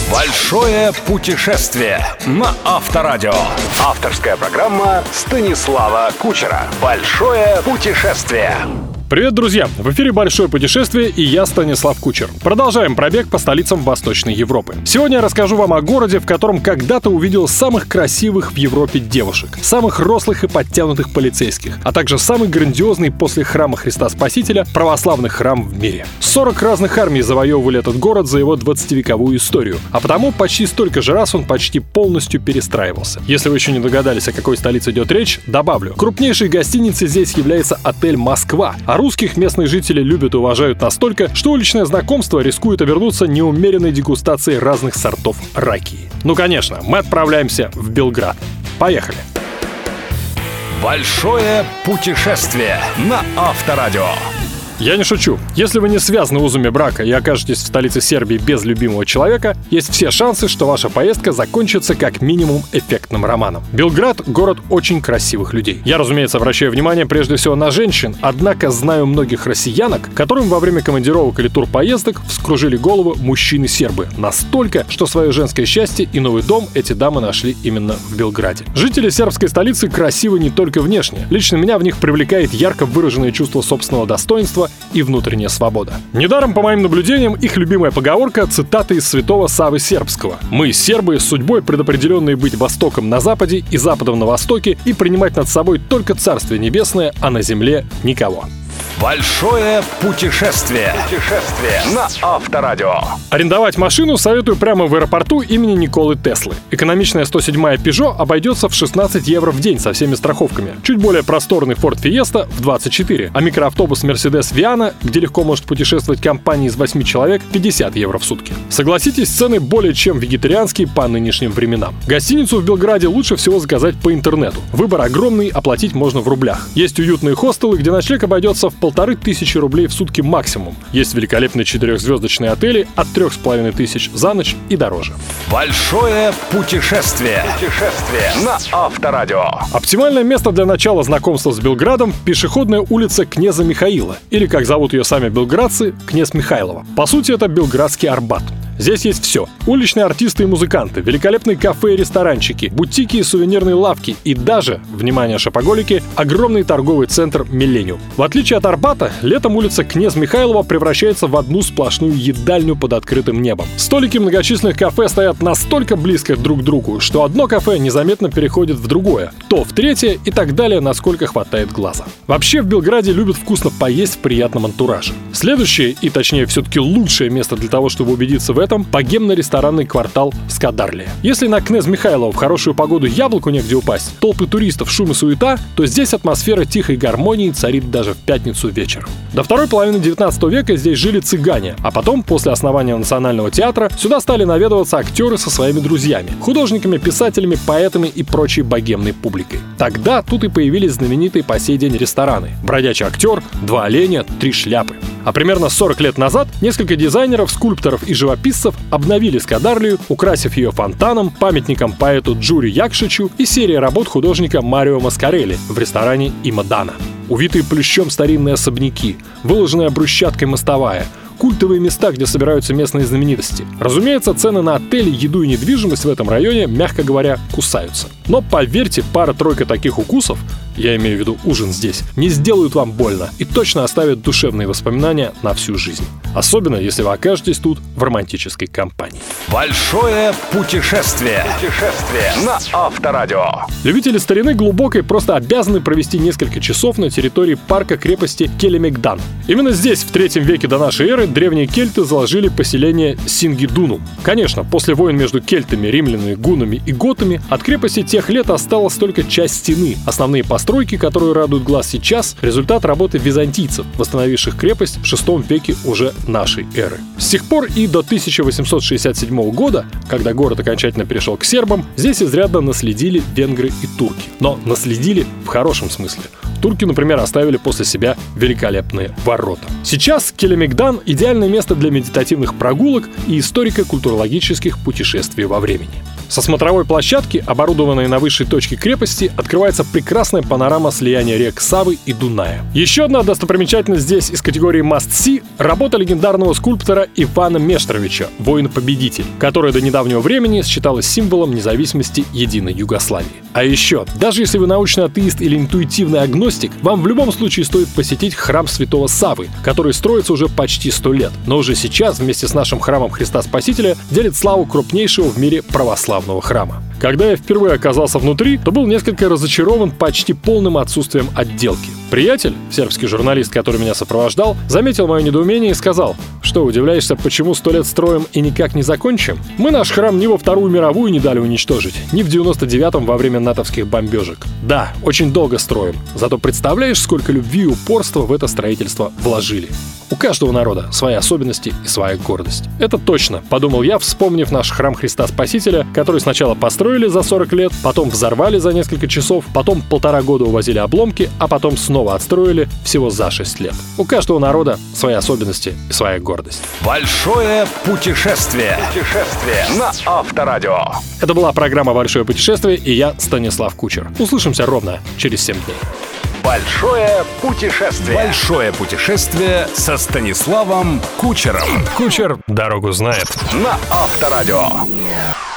Большое путешествие на Авторадио. Авторская программа Станислава Кучера. Большое путешествие. Привет, друзья! В эфире «Большое путешествие» и я, Станислав Кучер. Продолжаем пробег по столицам Восточной Европы. Сегодня я расскажу вам о городе, в котором когда-то увидел самых красивых в Европе девушек, самых рослых и подтянутых полицейских, а также самый грандиозный после храма Христа Спасителя православный храм в мире. 40 разных армий завоевывали этот город за его 20-вековую историю, а потому почти столько же раз он почти полностью перестраивался. Если вы еще не догадались, о какой столице идет речь, добавлю. Крупнейшей гостиницей здесь является отель «Москва», а русских местные жители любят и уважают настолько, что уличное знакомство рискует обернуться неумеренной дегустацией разных сортов ракии. Ну, конечно, мы отправляемся в Белград. Поехали! Большое путешествие на Авторадио. Я не шучу. Если вы не связаны узами брака и окажетесь в столице Сербии без любимого человека, есть все шансы, что ваша поездка закончится как минимум эффектным романом. Белград — город очень красивых людей. Я, разумеется, обращаю внимание прежде всего на женщин, однако знаю многих россиянок, которым во время командировок или турпоездок вскружили голову мужчины-сербы. Настолько, что свое женское счастье и новый дом эти дамы нашли именно в Белграде. Жители сербской столицы красивы не только внешне. Лично меня в них привлекает ярко выраженное чувство собственного достоинства и внутренняя свобода. Недаром, по моим наблюдениям, их любимая поговорка — цитата из святого Саввы Сербского. «Мы, сербы, судьбой предопределенные быть Востоком на Западе и Западом на Востоке и принимать над собой только Царствие Небесное, а на земле никого». Большое путешествие на Авторадио. Арендовать машину советую прямо в аэропорту имени Николы Теслы. Экономичная 107-я Peugeot обойдется в 16 евро в день со всеми страховками. Чуть более просторный Ford Fiesta в 24, а микроавтобус Mercedes Viana, где легко может путешествовать компания из 8 человек, 50 евро в сутки. Согласитесь, цены более чем вегетарианские по нынешним временам. Гостиницу в Белграде лучше всего заказать по интернету. Выбор огромный, оплатить можно в рублях. Есть уютные хостелы, где ночлег обойдется в 1500 рублей в сутки максимум. Есть великолепные 4-звездочные отели от 3500 за ночь и дороже. Большое путешествие на Авторадио. Оптимальное место для начала знакомства с Белградом — пешеходная улица Князя Михаила, или, как зовут ее сами белградцы, Князь Михайлова. По сути, это Белградский Арбат. Здесь есть все. Уличные артисты и музыканты, великолепные кафе и ресторанчики, бутики и сувенирные лавки и даже, внимание, шопоголики, огромный торговый центр «Миллениум». В отличие от Арбата, летом улица Князь Михайлова превращается в одну сплошную едальню под открытым небом. Столики многочисленных кафе стоят настолько близко друг к другу, что одно кафе незаметно переходит в другое, то в третье и так далее, насколько хватает глаза. Вообще в Белграде любят вкусно поесть в приятном антураже. Следующее, и точнее все-таки лучшее место для того, чтобы убедиться в этом, богемно-ресторанный квартал Скадарлия. Если на Князь Михайлова в хорошую погоду яблоку негде упасть, толпы туристов, шум и суета, то здесь атмосфера тихой гармонии царит даже в пятницу вечером. До второй половины 19 века здесь жили цыгане, а потом, после основания Национального театра, сюда стали наведываться актеры со своими друзьями, художниками, писателями, поэтами и прочей богемной публикой. Тогда тут и появились знаменитые по сей день рестораны: «Бродячий актер», «Два оленя», «Три шляпы». А примерно 40 лет назад несколько дизайнеров, скульпторов и живописцев обновили Скадарлию, украсив ее фонтаном, памятником поэту Джури Якшичу и серией работ художника Марио Маскарелли в ресторане «Имадана». Увитые плющом старинные особняки, выложенная брусчаткой мостовая, культовые места, где собираются местные знаменитости. Разумеется, цены на отели, еду и недвижимость в этом районе, мягко говоря, кусаются. Но поверьте, пара-тройка таких укусов, я имею в виду ужин здесь, не сделают вам больно и точно оставят душевные воспоминания на всю жизнь. Особенно, если вы окажетесь тут в романтической компании. Большое путешествие на Авторадио. Любители старины глубокой просто обязаны провести несколько часов на территории парка крепости Келемегдан. Именно здесь в 3 веке до нашей эры древние кельты заложили поселение Сингидунум. Конечно, после войн между кельтами, римлянами, гуннами и готами от крепости тех лет осталась только часть стены. Основные постройки, которые радуют глаз сейчас, результат работы византийцев, восстановивших крепость в VI веке уже нашей эры. С тех пор и до 1867 года, когда город окончательно перешел к сербам, здесь изрядно наследили венгры и турки. Но наследили в хорошем смысле. Турки, например, оставили после себя великолепные ворота. Сейчас Келемегдан — идеальное место для медитативных прогулок и историко-культурологических путешествий во времени. Со смотровой площадки, оборудованной на высшей точке крепости, открывается прекрасная панорама слияния рек Савы и Дуная. Еще одна достопримечательность здесь из категории Must-See — работа легендарного скульптора Ивана Мештровича, воин-победитель, которая до недавнего времени считалась символом независимости единой Югославии. А еще, даже если вы научный атеист или интуитивный агностик, вам в любом случае стоит посетить храм Святого Саввы, который строится уже почти 100 лет, но уже сейчас вместе с нашим храмом Христа Спасителя делит славу крупнейшего в мире православного храма. Когда я впервые оказался внутри, то был несколько разочарован почти полным отсутствием отделки. Приятель, сербский журналист, который меня сопровождал, заметил мое недоумение и сказал: «Что, удивляешься, почему 100 лет строим и никак не закончим? Мы наш храм ни во Вторую мировую не дали уничтожить, ни в 99-м во время натовских бомбежек. Да, очень долго строим, зато представляешь, сколько любви и упорства в это строительство вложили». У каждого народа свои особенности и своя гордость. Это точно, подумал я, вспомнив наш храм Христа Спасителя, который сначала построили за 40 лет, потом взорвали за несколько часов, потом 1,5 года увозили обломки, а потом снова отстроили всего за 6 лет. У каждого народа свои особенности и своя гордость. Большое путешествие. На Авторадио. Это была программа «Большое путешествие», и я, Станислав Кучер. Услышимся ровно через 7 дней. Большое путешествие. Большое путешествие со Станиславом Кучером. Кучер дорогу знает. На Авторадио.